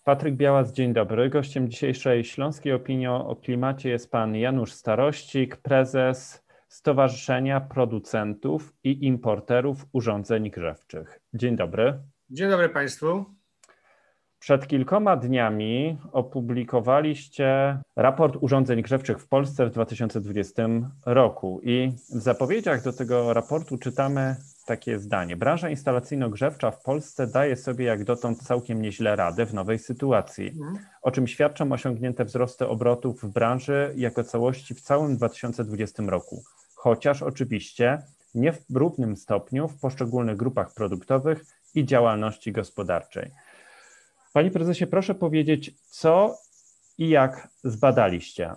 Patryk Białas, dzień dobry. Gościem dzisiejszej Śląskiej Opinii o Klimacie jest pan Janusz Starościk, prezes Stowarzyszenia Producentów i Importerów Urządzeń Grzewczych. Dzień dobry. Dzień dobry Państwu. Przed kilkoma dniami opublikowaliście raport urządzeń grzewczych w Polsce w 2020 roku i w zapowiedziach do tego raportu czytamy takie zdanie. Branża instalacyjno-grzewcza w Polsce daje sobie jak dotąd całkiem nieźle radę w nowej sytuacji, o czym świadczą osiągnięte wzrosty obrotów w branży jako całości w całym 2020 roku. Chociaż oczywiście nie w równym stopniu w poszczególnych grupach produktowych i działalności gospodarczej. Panie prezesie, proszę powiedzieć, co i jak zbadaliście?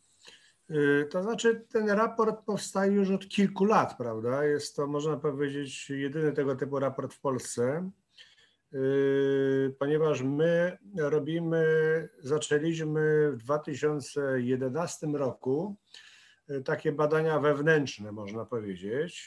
To znaczy, ten raport powstaje już od kilku lat, prawda? Jest to, można powiedzieć, jedyny tego typu raport w Polsce, ponieważ my zaczęliśmy w 2011 roku takie badania wewnętrzne, można powiedzieć,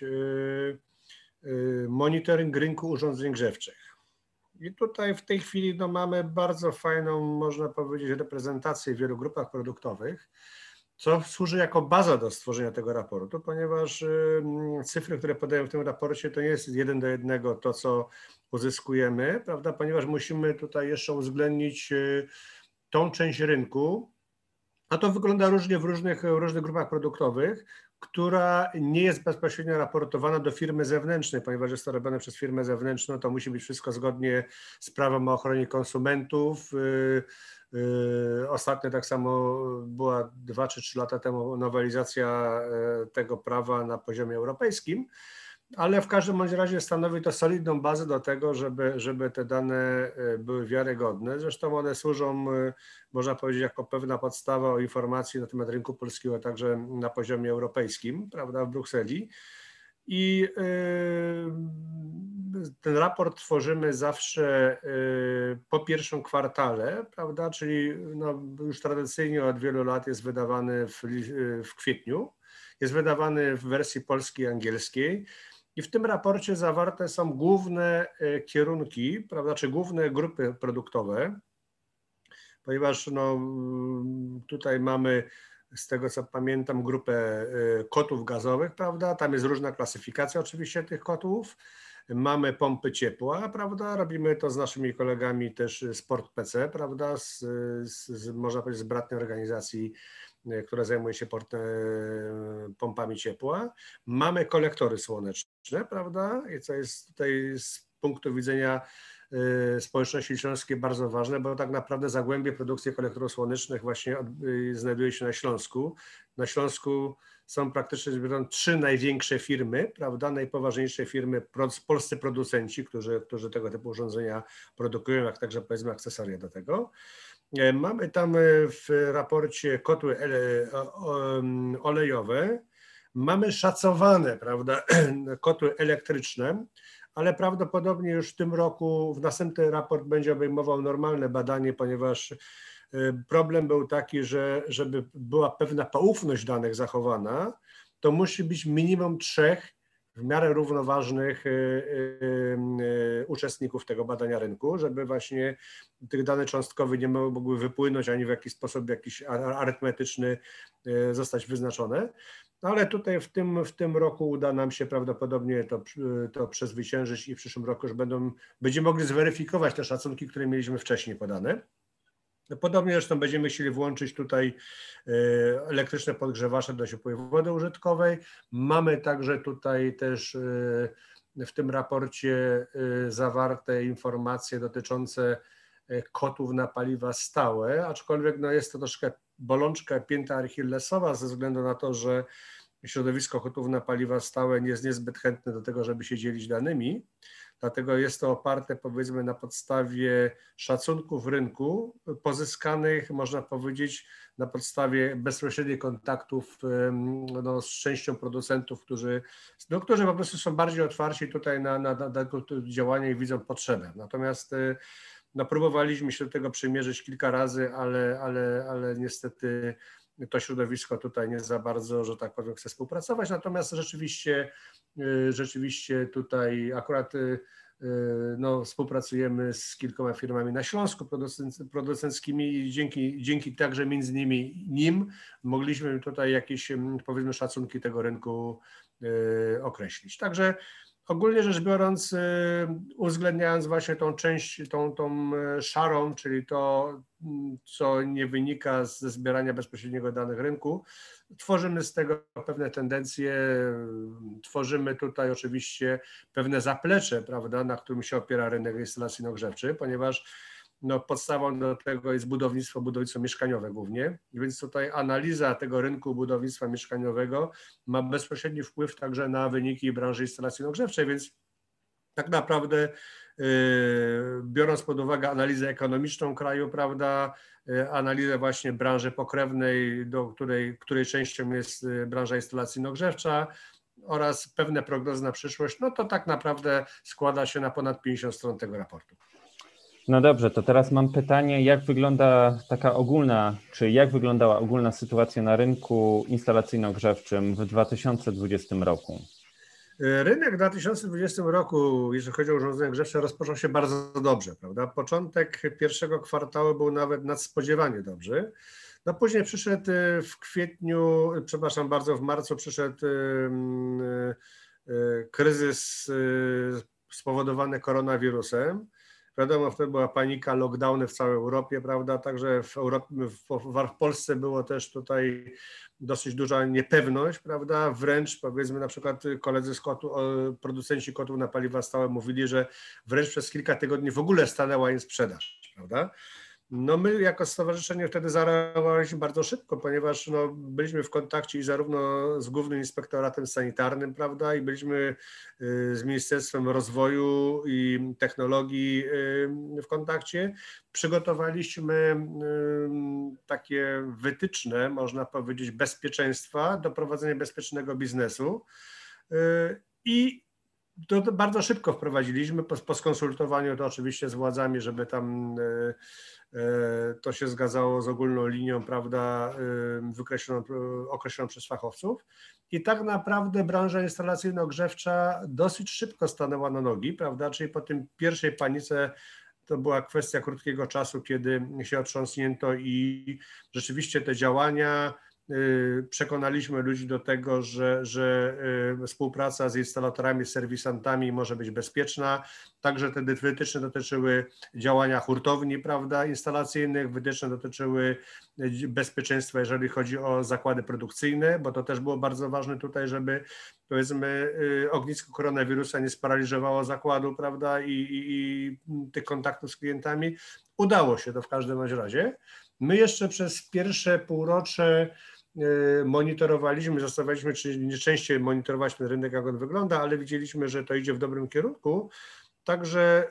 monitoring rynku urządzeń grzewczych. I tutaj w tej chwili mamy bardzo fajną, można powiedzieć, reprezentację w wielu grupach produktowych, co służy jako baza do stworzenia tego raportu, ponieważ cyfry, które podają w tym raporcie, to nie jest 1 do 1 to, co uzyskujemy, prawda? Ponieważ musimy tutaj jeszcze uwzględnić tą część rynku, a to wygląda różnie w różnych grupach produktowych, która nie jest bezpośrednio raportowana do firmy zewnętrznej, ponieważ jest to robione przez firmę zewnętrzną, to musi być wszystko zgodnie z prawem o ochronie konsumentów. Ostatnio tak samo była 2 czy 3 lata temu nowelizacja tego prawa na poziomie europejskim, ale w każdym bądź razie stanowi to solidną bazę do tego, żeby te dane były wiarygodne. Zresztą one służą, można powiedzieć, jako pewna podstawa o informacji na temat rynku polskiego, także na poziomie europejskim, prawda, w Brukseli. I ten raport tworzymy zawsze po pierwszym kwartale, prawda, czyli już tradycyjnie od wielu lat jest wydawany w kwietniu. Jest wydawany w wersji polskiej i angielskiej. I w tym raporcie zawarte są główne kierunki, prawda, czy główne grupy produktowe, ponieważ tutaj mamy, z tego co pamiętam, grupę kotłów gazowych, prawda, tam jest różna klasyfikacja oczywiście tych kotłów. Mamy pompy ciepła, prawda, robimy to z naszymi kolegami też z Port PC, prawda, można powiedzieć z bratniej organizacji, która zajmuje się pompami ciepła. Mamy kolektory słoneczne, prawda, i co jest tutaj z punktu widzenia społeczności śląskiej bardzo ważne, bo tak naprawdę zagłębie produkcji kolektorów słonecznych właśnie znajduje się na Śląsku. Na Śląsku są praktycznie rzecz biorąc 3 największe firmy, prawda, najpoważniejsze firmy, polscy producenci, którzy tego typu urządzenia produkują, jak także powiedzmy akcesoria do tego. Mamy tam w raporcie kotły olejowe, mamy szacowane, prawda, kotły elektryczne, ale prawdopodobnie już w tym roku, w następny raport będzie obejmował normalne badanie, ponieważ problem był taki, że żeby była pewna poufność danych zachowana, to musi być minimum 3 w miarę równoważnych uczestników tego badania rynku, żeby właśnie tych danych cząstkowych nie mogły wypłynąć ani w jakiś sposób jakiś arytmetyczny zostać wyznaczone. Ale tutaj w tym roku uda nam się prawdopodobnie to przezwyciężyć i w przyszłym roku już będziemy mogli zweryfikować te szacunki, które mieliśmy wcześniej podane. Podobnie zresztą będziemy chcieli włączyć tutaj elektryczne podgrzewacze do ciepłej wody użytkowej. Mamy także tutaj też w tym raporcie zawarte informacje dotyczące kotłów na paliwa stałe, aczkolwiek jest to troszkę bolączka, pięta achillesowa ze względu na to, że środowisko kotłów na paliwa stałe nie jest niezbyt chętne do tego, żeby się dzielić danymi. Dlatego jest to oparte, powiedzmy, na podstawie szacunków rynku pozyskanych, można powiedzieć, na podstawie bezpośrednich kontaktów z częścią producentów, którzy po prostu są bardziej otwarci tutaj na działanie i widzą potrzebę. Natomiast próbowaliśmy się do tego przymierzyć kilka razy, ale niestety to środowisko tutaj nie za bardzo, że tak powiem, chce współpracować. Natomiast rzeczywiście tutaj akurat no, współpracujemy z kilkoma firmami na Śląsku producenckimi i dzięki także między innymi nim mogliśmy tutaj jakieś, powiedzmy, szacunki tego rynku określić. Także ogólnie rzecz biorąc, uwzględniając właśnie tą część, tą szarą, czyli to, co nie wynika ze zbierania bezpośredniego danych rynku, tworzymy z tego pewne tendencje, tworzymy tutaj oczywiście pewne zaplecze, prawda, na którym się opiera rynek instalacyjno-grzewczy, ponieważ no, podstawą do tego jest budownictwo mieszkaniowe głównie, więc tutaj analiza tego rynku budownictwa mieszkaniowego ma bezpośredni wpływ także na wyniki branży instalacyjno-grzewczej, więc tak naprawdę biorąc pod uwagę analizę ekonomiczną kraju, prawda, analizę właśnie branży pokrewnej, do której częścią jest branża instalacyjno-grzewcza oraz pewne prognozy na przyszłość, no to tak naprawdę składa się na ponad 50 stron tego raportu. No dobrze, to teraz mam pytanie, jak wygląda taka ogólna, czy jak wyglądała ogólna sytuacja na rynku instalacyjno-grzewczym w 2020 roku? Rynek w 2020 roku, jeżeli chodzi o urządzenia grzewcze, rozpoczął się bardzo dobrze, prawda? Początek pierwszego kwartału był nawet nadspodziewanie dobry. No później przyszedł w kwietniu, przepraszam bardzo, w marcu przyszedł kryzys spowodowany koronawirusem. Wiadomo, wtedy była panika, lockdowny w całej Europie, prawda? Także w Polsce było też tutaj dosyć duża niepewność, prawda? Wręcz powiedzmy na przykład koledzy z producenci kotłów na paliwa stałe mówili, że wręcz przez kilka tygodni w ogóle stanęła im sprzedaż, prawda? No my jako stowarzyszenie wtedy zareagowaliśmy bardzo szybko, ponieważ no, byliśmy w kontakcie i zarówno z Głównym Inspektoratem Sanitarnym, prawda, i byliśmy z Ministerstwem Rozwoju i Technologii w kontakcie. Przygotowaliśmy takie wytyczne, można powiedzieć, bezpieczeństwa do prowadzenia bezpiecznego biznesu i to bardzo szybko wprowadziliśmy po skonsultowaniu to oczywiście z władzami, żeby tam to się zgadzało z ogólną linią, prawda, określoną przez fachowców. I tak naprawdę branża instalacyjno-grzewcza dosyć szybko stanęła na nogi, prawda, czyli po tym pierwszej panice to była kwestia krótkiego czasu, kiedy się otrząsnięto i rzeczywiście te działania przekonaliśmy ludzi do tego, że współpraca z instalatorami, z serwisantami może być bezpieczna. Także te wytyczne dotyczyły działania hurtowni, prawda, instalacyjnych, wytyczne dotyczyły bezpieczeństwa, jeżeli chodzi o zakłady produkcyjne, bo to też było bardzo ważne tutaj, żeby powiedzmy ognisko koronawirusa nie sparaliżowało zakładu, prawda, i tych kontaktów z klientami. Udało się to w każdym razie. My jeszcze przez pierwsze półrocze monitorowaliśmy, zastanawialiśmy, czy nie częściej monitorowaliśmy rynek, jak on wygląda, ale widzieliśmy, że to idzie w dobrym kierunku. Także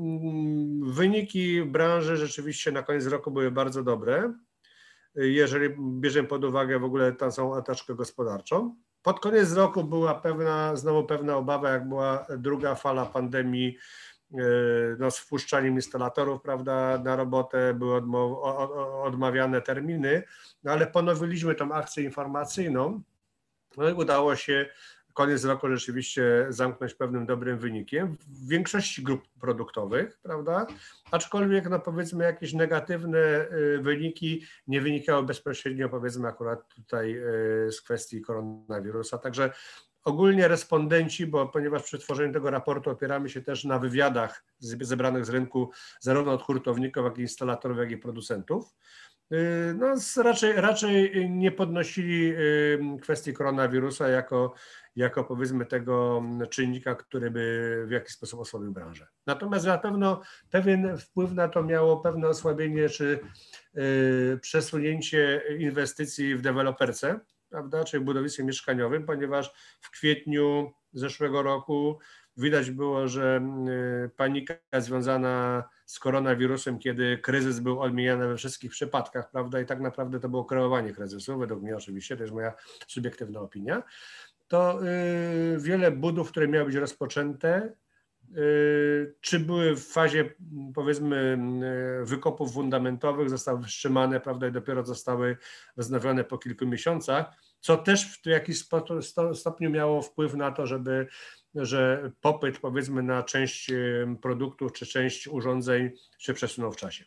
wyniki branży rzeczywiście na koniec roku były bardzo dobre, jeżeli bierzemy pod uwagę w ogóle tą całą otoczkę gospodarczą. Pod koniec roku była znowu pewna obawa, jak była druga fala pandemii, no, z wpuszczaniem instalatorów, prawda, na robotę, były odmawiane terminy, no, ale ponowiliśmy tą akcję informacyjną, no i udało się koniec roku rzeczywiście zamknąć pewnym dobrym wynikiem w większości grup produktowych, prawda, aczkolwiek no powiedzmy jakieś negatywne wyniki nie wynikały bezpośrednio powiedzmy akurat tutaj z kwestii koronawirusa, także ogólnie respondenci, ponieważ przy tworzeniu tego raportu opieramy się też na wywiadach zebranych z rynku zarówno od hurtowników, jak i instalatorów, jak i producentów, no raczej nie podnosili kwestii koronawirusa jako powiedzmy tego czynnika, który by w jakiś sposób osłabił branżę. Natomiast na pewno pewien wpływ na to miało pewne osłabienie czy przesunięcie inwestycji w deweloperce, prawda, czyli w budownictwie mieszkaniowym, ponieważ w kwietniu zeszłego roku widać było, że panika związana z koronawirusem, kiedy kryzys był odmieniany we wszystkich przypadkach, prawda, i tak naprawdę to było kreowanie kryzysu, według mnie oczywiście, to jest moja subiektywna opinia, to wiele budów, które miały być rozpoczęte, czy były w fazie powiedzmy wykopów fundamentowych, zostały wstrzymane, prawda, i dopiero zostały wznowione po kilku miesiącach, co też w jakimś stopniu miało wpływ na to, że popyt, powiedzmy, na część produktów czy część urządzeń się przesunął w czasie.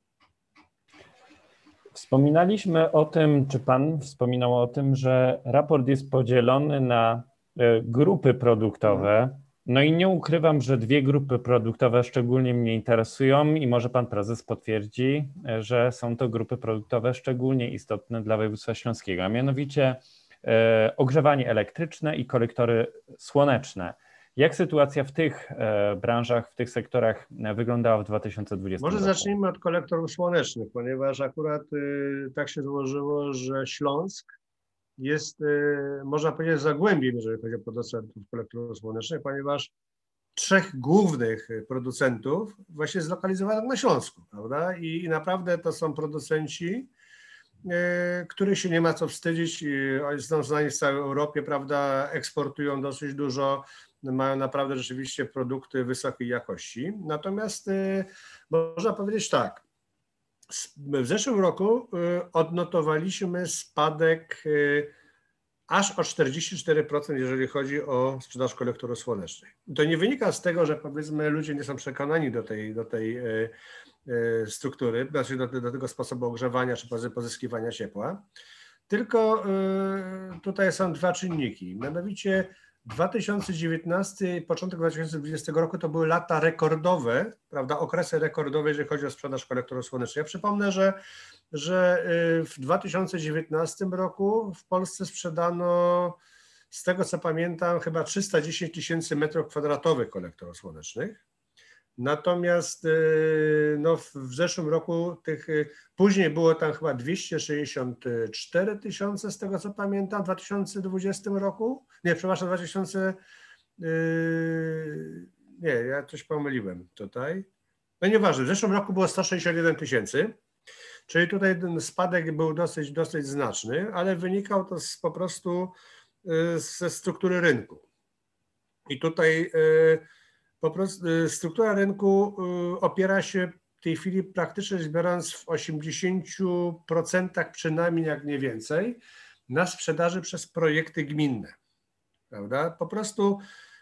Wspominaliśmy o tym, czy Pan wspominał o tym, że raport jest podzielony na grupy produktowe. No i nie ukrywam, że dwie grupy produktowe szczególnie mnie interesują i może Pan Prezes potwierdzi, że są to grupy produktowe szczególnie istotne dla województwa śląskiego, a mianowicie ogrzewanie elektryczne i kolektory słoneczne. Jak sytuacja w tych branżach, w tych sektorach wyglądała w 2020 roku? Może zacznijmy od kolektorów słonecznych, ponieważ akurat tak się złożyło, że Śląsk jest, można powiedzieć, zagłębiem, jeżeli chodzi o producentów kolektorów słonecznych, ponieważ trzech głównych producentów właśnie zlokalizowanych na Śląsku, prawda? I naprawdę to są producenci, których się nie ma co wstydzić, są znani w całej Europie, prawda? Eksportują dosyć dużo, mają naprawdę rzeczywiście produkty wysokiej jakości. Natomiast można powiedzieć tak, w zeszłym roku odnotowaliśmy spadek aż o 44%, jeżeli chodzi o sprzedaż kolektorów słonecznych. To nie wynika z tego, że powiedzmy ludzie nie są przekonani do tej struktury, znaczy do tego sposobu ogrzewania czy pozyskiwania ciepła, tylko tutaj są dwa czynniki. Mianowicie 2019 i początek 2020 roku to były lata rekordowe, prawda, okresy rekordowe, jeżeli chodzi o sprzedaż kolektorów słonecznych. Ja przypomnę, że w 2019 roku w Polsce sprzedano, z tego co pamiętam, chyba 310 tysięcy metrów kwadratowych kolektorów słonecznych. Natomiast no, w zeszłym roku później było tam chyba 264 tysiące, z tego co pamiętam, w 2020 roku. Nie, przepraszam, nie, ja coś pomyliłem tutaj. No nieważne, w zeszłym roku było 161 tysięcy, czyli tutaj ten spadek był dosyć znaczny, ale wynikał to po prostu ze struktury rynku. I tutaj po prostu struktura rynku opiera się w tej chwili praktycznie rzecz biorąc w 80% przynajmniej, jak nie więcej, na sprzedaży przez projekty gminne, prawda? Po prostu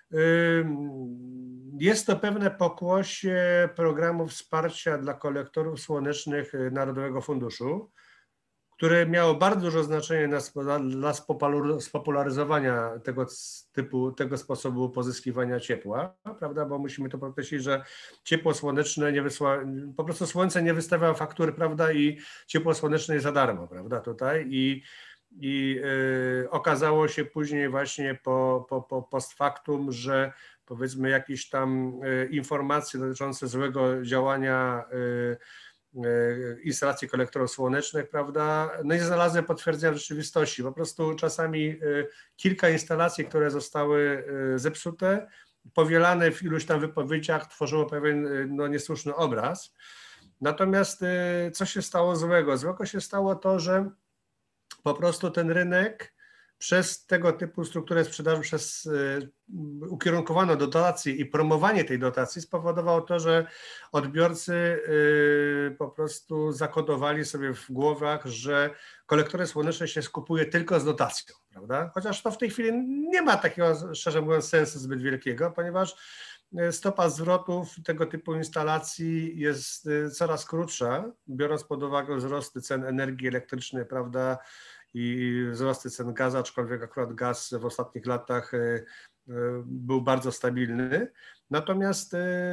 jest to pewne pokłosie programu wsparcia dla kolektorów słonecznych Narodowego Funduszu, które miało bardzo duże znaczenie dla spopularyzowania tego sposobu pozyskiwania ciepła, prawda, bo musimy to podkreślić, że ciepło słoneczne po prostu słońce nie wystawia faktury, prawda, i ciepło słoneczne jest za darmo, prawda, tutaj i okazało się później właśnie post factum, że powiedzmy jakieś tam informacje dotyczące złego działania instalacji kolektorów słonecznych, prawda, no nie znalazłem potwierdzenia w rzeczywistości. Po prostu czasami kilka instalacji, które zostały zepsute, powielane w iluś tam wypowiedziach, tworzyło pewien no, niesłuszny obraz. Natomiast co się stało złego? Złego się stało to, że po prostu ten rynek przez tego typu strukturę sprzedaży, przez ukierunkowaną dotację i promowanie tej dotacji spowodowało to, że odbiorcy po prostu zakodowali sobie w głowach, że kolektory słoneczne się skupuje tylko z dotacją, prawda? Chociaż to w tej chwili nie ma takiego, szczerze mówiąc, sensu zbyt wielkiego, ponieważ stopa zwrotów tego typu instalacji jest coraz krótsza, biorąc pod uwagę wzrosty cen energii elektrycznej, prawda, i wzrosty cen gazu, aczkolwiek akurat gaz w ostatnich latach był bardzo stabilny. Natomiast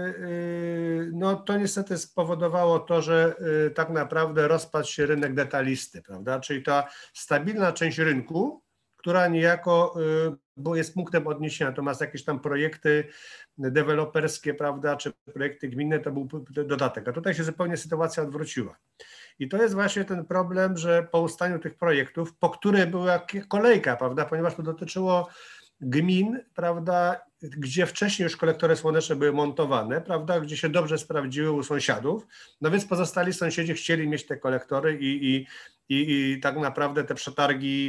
no, to niestety spowodowało to, że tak naprawdę rozpadł się rynek detalisty, prawda? Czyli ta stabilna część rynku, która niejako jest punktem odniesienia, natomiast jakieś tam projekty deweloperskie, prawda, czy projekty gminne to był dodatek. A tutaj się zupełnie sytuacja odwróciła. I to jest właśnie ten problem, że po ustaniu tych projektów, po które była kolejka, prawda, ponieważ to dotyczyło gmin, prawda, gdzie wcześniej już kolektory słoneczne były montowane, prawda, gdzie się dobrze sprawdziły u sąsiadów, no więc pozostali sąsiedzi chcieli mieć te kolektory i tak naprawdę te przetargi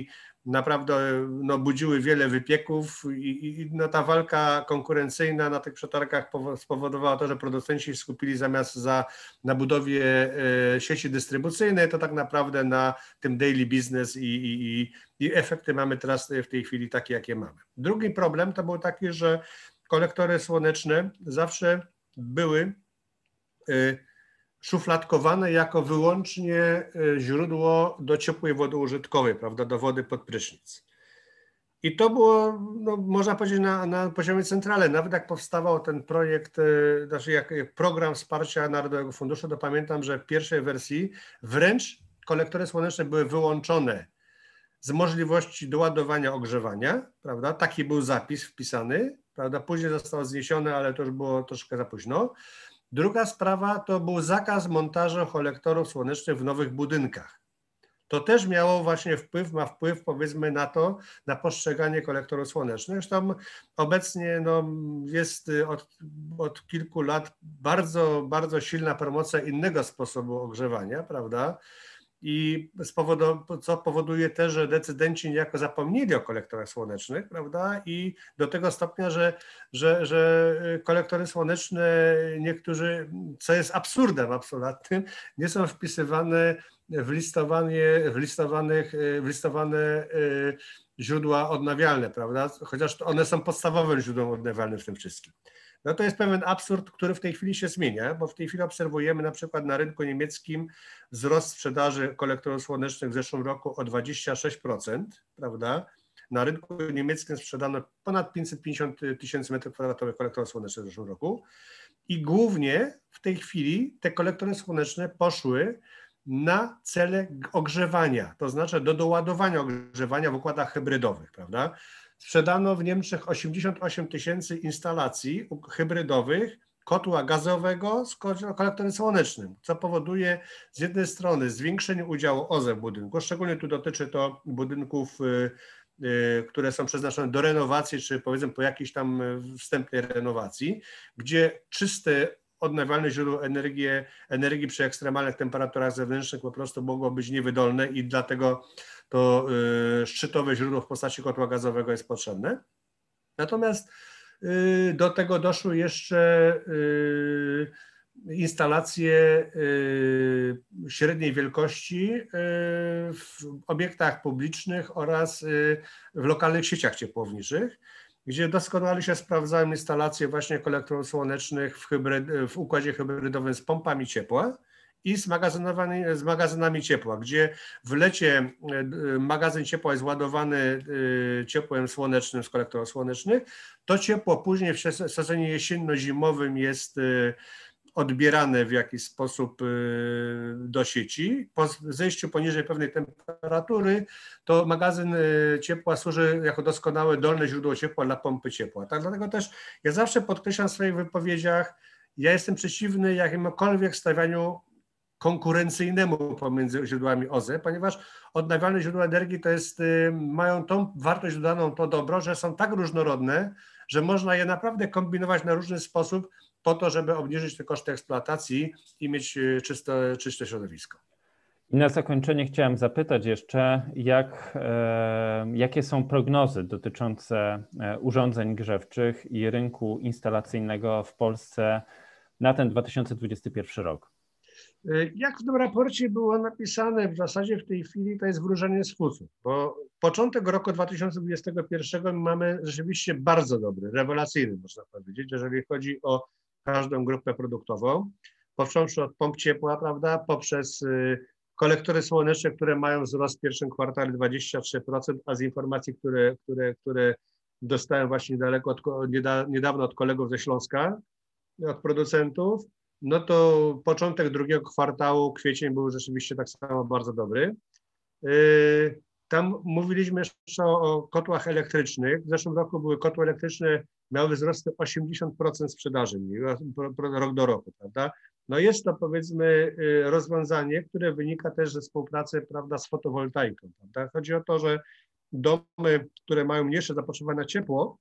naprawdę no, budziły wiele wypieków i no, ta walka konkurencyjna na tych przetargach spowodowała to, że producenci się skupili zamiast na budowie sieci dystrybucyjnej, to tak naprawdę na tym daily business i efekty mamy teraz w tej chwili takie, jakie mamy. Drugi problem to był taki, że kolektory słoneczne zawsze były szufladkowane jako wyłącznie źródło do ciepłej wody użytkowej, prawda, do wody pod prysznic. I to było, no, można powiedzieć, na poziomie centralnym. Nawet jak powstawał ten projekt, znaczy jak program wsparcia Narodowego Funduszu, to pamiętam, że w pierwszej wersji wręcz kolektory słoneczne były wyłączone z możliwości doładowania ogrzewania, prawda? Taki był zapis wpisany, prawda? Później zostało zniesione, ale to już było troszkę za późno. Druga sprawa to był zakaz montażu kolektorów słonecznych w nowych budynkach. To też miało właśnie ma wpływ powiedzmy na to, na postrzeganie kolektorów słonecznych. Zresztą obecnie no, jest od kilku lat bardzo, bardzo silna promocja innego sposobu ogrzewania, prawda? I co powoduje też, że decydenci niejako zapomnieli o kolektorach słonecznych, prawda? I do tego stopnia, że kolektory słoneczne niektórzy, co jest absurdem absolutnym, nie są wpisywane w listowane źródła odnawialne, prawda? Chociaż one są podstawowym źródłem odnawialnym w tym wszystkim. No to jest pewien absurd, który w tej chwili się zmienia, bo w tej chwili obserwujemy na przykład na rynku niemieckim wzrost sprzedaży kolektorów słonecznych w zeszłym roku o 26%, prawda? Na rynku niemieckim sprzedano ponad 550 tysięcy metrów kwadratowych kolektorów słonecznych w zeszłym roku i głównie w tej chwili te kolektory słoneczne poszły na cele ogrzewania, to znaczy do doładowania ogrzewania w układach hybrydowych, prawda? Sprzedano w Niemczech 88 tysięcy instalacji hybrydowych kotła gazowego z kolektorem słonecznym, co powoduje z jednej strony zwiększenie udziału OZE w budynku, szczególnie tu dotyczy to budynków, które są przeznaczone do renowacji, czy powiedzmy po jakiejś tam wstępnej renowacji, gdzie czyste odnawialne źródło energii przy ekstremalnych temperaturach zewnętrznych po prostu mogło być niewydolne i dlatego to szczytowe źródło w postaci kotła gazowego jest potrzebne. Natomiast do tego doszły jeszcze instalacje średniej wielkości w obiektach publicznych oraz w lokalnych sieciach ciepłowniczych, gdzie doskonale się sprawdzają instalacje właśnie kolektorów słonecznych w układzie hybrydowym z pompami ciepła i z magazynami ciepła, gdzie w lecie magazyn ciepła jest ładowany ciepłem słonecznym z kolektorów słonecznych, to ciepło później w sezonie jesienno-zimowym jest odbierane w jakiś sposób do sieci. Po zejściu poniżej pewnej temperatury to magazyn ciepła służy jako doskonałe dolne źródło ciepła dla pompy ciepła. Tak, dlatego też ja zawsze podkreślam w swoich wypowiedziach, ja jestem przeciwny jakiemukolwiek stawianiu konkurencyjnemu pomiędzy źródłami OZE, ponieważ odnawialne źródła energii mają tą wartość dodaną, to dobro, że są tak różnorodne, że można je naprawdę kombinować na różny sposób po to, żeby obniżyć te koszty eksploatacji i mieć czyste środowisko. I na zakończenie chciałem zapytać jeszcze, jakie są prognozy dotyczące urządzeń grzewczych i rynku instalacyjnego w Polsce na ten 2021 rok? Jak w tym raporcie było napisane, w zasadzie w tej chwili to jest wróżenie z fusów, bo początek roku 2021 mamy rzeczywiście bardzo dobry, rewelacyjny można powiedzieć, jeżeli chodzi o każdą grupę produktową, począwszy od pomp ciepła, prawda, poprzez kolektory słoneczne, które mają wzrost w pierwszym kwartale 23%, a z informacji, które dostałem właśnie niedawno od kolegów ze Śląska, od producentów, no to początek drugiego kwartału, kwiecień był rzeczywiście tak samo bardzo dobry. Tam mówiliśmy jeszcze o kotłach elektrycznych. W zeszłym roku były kotły elektryczne, miały wzrosty 80% sprzedaży rok do roku, prawda? No jest to powiedzmy rozwiązanie, które wynika też ze współpracy, prawda, z fotowoltaiką, prawda? Chodzi o to, że domy, które mają mniejsze zapotrzebowanie na ciepło,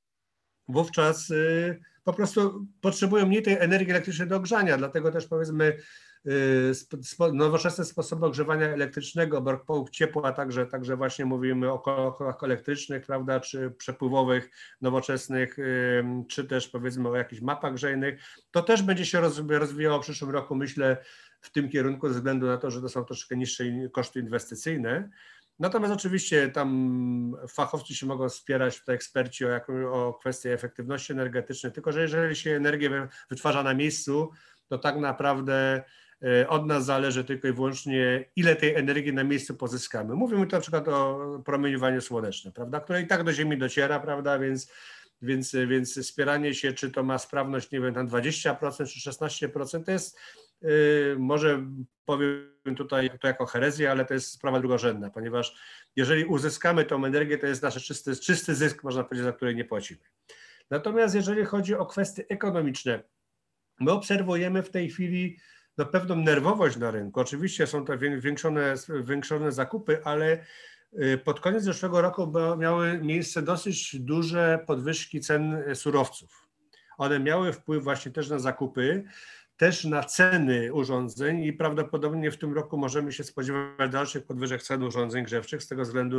wówczas po prostu potrzebują mniej tej energii elektrycznej do ogrzania, dlatego też powiedzmy nowoczesne sposoby ogrzewania elektrycznego, brak pompów ciepła, także właśnie mówimy o kołach elektrycznych, prawda, czy przepływowych, nowoczesnych, czy też powiedzmy o jakichś mapach grzejnych. To też będzie się rozwijało w przyszłym roku, myślę, w tym kierunku ze względu na to, że to są troszkę niższe koszty inwestycyjne. Natomiast oczywiście tam fachowcy się mogą wspierać, tutaj eksperci o kwestie efektywności energetycznej, tylko że jeżeli się energię wytwarza na miejscu, to tak naprawdę od nas zależy tylko i wyłącznie, ile tej energii na miejscu pozyskamy. Mówimy tu na przykład o promieniowaniu słonecznym, prawda, które i tak do Ziemi dociera, prawda, więc wspieranie się, czy to ma sprawność, nie wiem, na 20% czy 16%, to jest, może powiem tutaj to jako herezję, ale to jest sprawa drugorzędna, ponieważ jeżeli uzyskamy tą energię, to jest nasz czysty zysk, można powiedzieć, za który nie płacimy. Natomiast jeżeli chodzi o kwestie ekonomiczne, my obserwujemy w tej chwili pewną nerwowość na rynku. Oczywiście są to zwiększone zakupy, ale pod koniec zeszłego roku miały miejsce dosyć duże podwyżki cen surowców. One miały wpływ właśnie też na zakupy, też na ceny urządzeń i prawdopodobnie w tym roku możemy się spodziewać dalszych podwyżek cen urządzeń grzewczych z tego względu,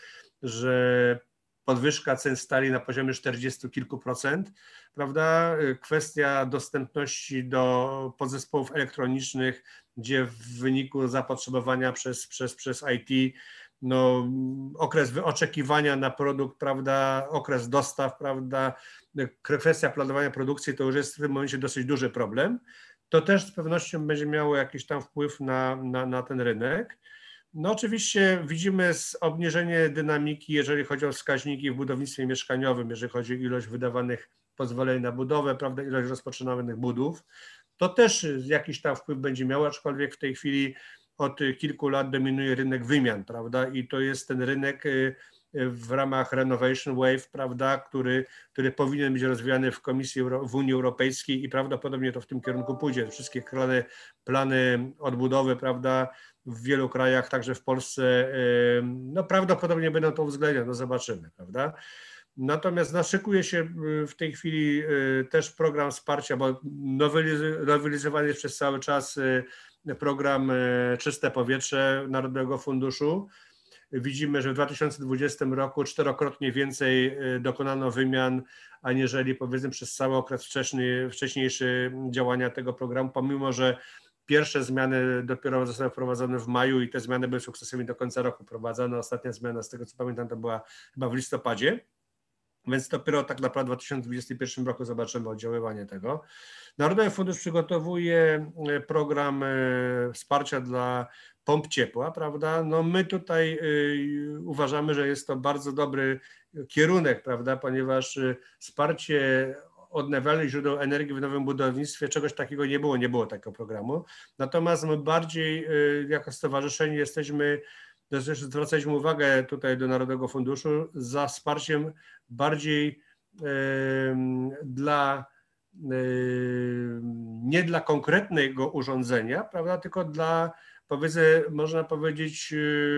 że podwyżka cen stali na poziomie 40 kilku procent, prawda? Kwestia dostępności do podzespołów elektronicznych, gdzie w wyniku zapotrzebowania przez IT, okres oczekiwania na produkt, prawda, okres dostaw, prawda, kwestia planowania produkcji to już jest w tym momencie dosyć duży problem. To też z pewnością będzie miało jakiś tam wpływ na ten rynek. Oczywiście widzimy obniżenie dynamiki, jeżeli chodzi o wskaźniki w budownictwie mieszkaniowym, jeżeli chodzi o ilość wydawanych pozwoleń na budowę, prawda, ilość rozpoczynanych budów. To też jakiś tam wpływ będzie miało, aczkolwiek w tej chwili od kilku lat dominuje rynek wymian, prawda, i to jest ten rynek w ramach Renovation Wave, prawda, który powinien być rozwijany w Komisji, w Unii Europejskiej i prawdopodobnie to w tym kierunku pójdzie. Wszystkie plany odbudowy, prawda, w wielu krajach, także w Polsce, prawdopodobnie będą to uwzględniać, zobaczymy, prawda. Natomiast szykuje się w tej chwili też program wsparcia, bo nowelizowany jest przez cały czas program Czyste Powietrze Narodowego Funduszu. Widzimy, że w 2020 roku 4-krotnie więcej dokonano wymian, aniżeli powiedzmy przez cały okres wcześniejszy działania tego programu, pomimo że pierwsze zmiany dopiero zostały wprowadzone w maju i te zmiany były sukcesywnie do końca roku prowadzone. Ostatnia zmiana, z tego co pamiętam, to była chyba w listopadzie, więc dopiero tak naprawdę w 2021 roku zobaczymy oddziaływanie tego. Narodowy Fundusz przygotowuje program wsparcia dla pomp ciepła, prawda? My tutaj uważamy, że jest to bardzo dobry kierunek, prawda, ponieważ wsparcie odnawialnych źródeł energii w nowym budownictwie, czegoś takiego nie było takiego programu. Natomiast my bardziej jako stowarzyszenie zwracaliśmy uwagę tutaj do Narodowego Funduszu za wsparciem bardziej nie dla konkretnego urządzenia, prawda, tylko dla, powiedzmy, można powiedzieć,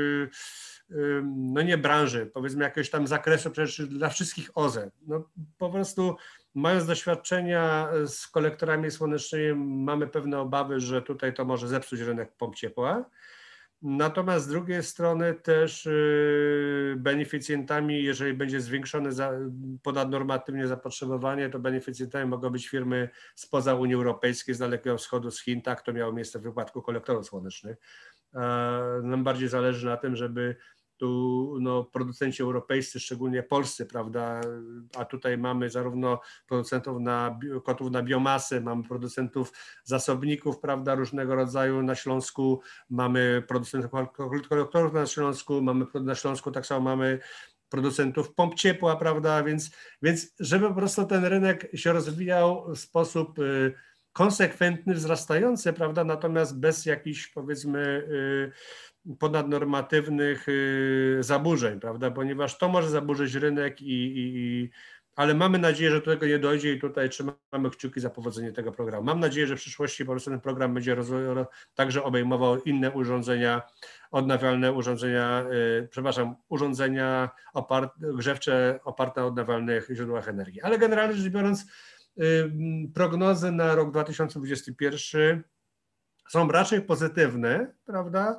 nie branży, powiedzmy jakiegoś tam zakresu, przecież dla wszystkich OZE. Po prostu mając doświadczenia z kolektorami słonecznymi, mamy pewne obawy, że tutaj to może zepsuć rynek pomp ciepła. Natomiast z drugiej strony też beneficjentami, jeżeli będzie zwiększone ponadnormatywnie zapotrzebowanie, to beneficjentami mogą być firmy spoza Unii Europejskiej, z Dalekiego Wschodu, z Chin. Tak to miało miejsce w wypadku kolektorów słonecznych. Nam bardziej zależy na tym, żeby tu producenci europejscy, szczególnie polscy, prawda, a tutaj mamy zarówno producentów kotłów na biomasę, mamy producentów zasobników, prawda, różnego rodzaju na Śląsku, mamy producentów kolektorów na Śląsku, na Śląsku tak samo mamy producentów pomp ciepła, prawda, więc żeby po prostu ten rynek się rozwijał w sposób konsekwentny, wzrastający, prawda, natomiast bez jakichś, powiedzmy, ponadnormatywnych zaburzeń, prawda, ponieważ to może zaburzyć rynek, ale mamy nadzieję, że do tego nie dojdzie i tutaj trzymamy kciuki za powodzenie tego programu. Mam nadzieję, że w przyszłości po prostu ten program będzie także obejmował inne urządzenia, odnawialne urządzenia, urządzenia grzewcze oparte na odnawialnych źródłach energii. Ale generalnie rzecz biorąc, prognozy na rok 2021 są raczej pozytywne, prawda?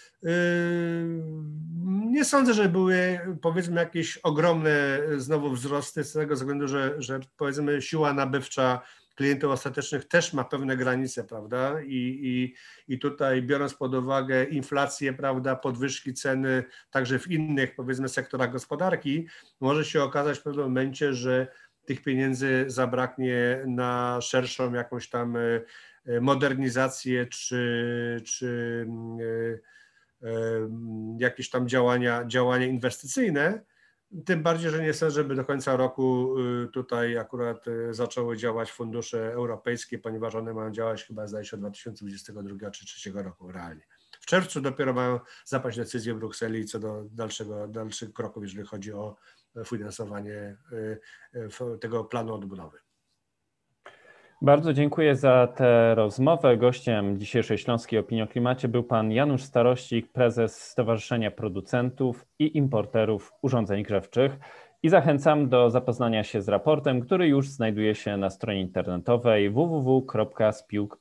Nie sądzę, że były, powiedzmy, jakieś ogromne znowu wzrosty z tego względu, że powiedzmy siła nabywcza klientów ostatecznych też ma pewne granice, prawda? I tutaj biorąc pod uwagę inflację, prawda, podwyżki ceny także w innych, powiedzmy, sektorach gospodarki, może się okazać w pewnym momencie, że tych pieniędzy zabraknie na szerszą jakąś tam modernizację czy jakieś tam działania inwestycyjne, tym bardziej, że nie sądzę, żeby do końca roku tutaj akurat zaczęły działać fundusze europejskie, ponieważ one mają działać chyba zdaje się od 2022 czy 2023 roku realnie. W czerwcu dopiero mają zapaść decyzje w Brukseli co do dalszych kroków, jeżeli chodzi o finansowanie tego planu odbudowy. Bardzo dziękuję za tę rozmowę. Gościem dzisiejszej Śląskiej Opinii o Klimacie był pan Janusz Starościk, prezes Stowarzyszenia Producentów i Importerów Urządzeń Grzewczych. I zachęcam do zapoznania się z raportem, który już znajduje się na stronie internetowej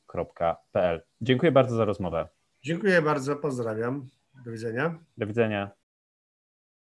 www.spiłk.pl. Dziękuję bardzo za rozmowę. Dziękuję bardzo, pozdrawiam. Do widzenia. Do widzenia.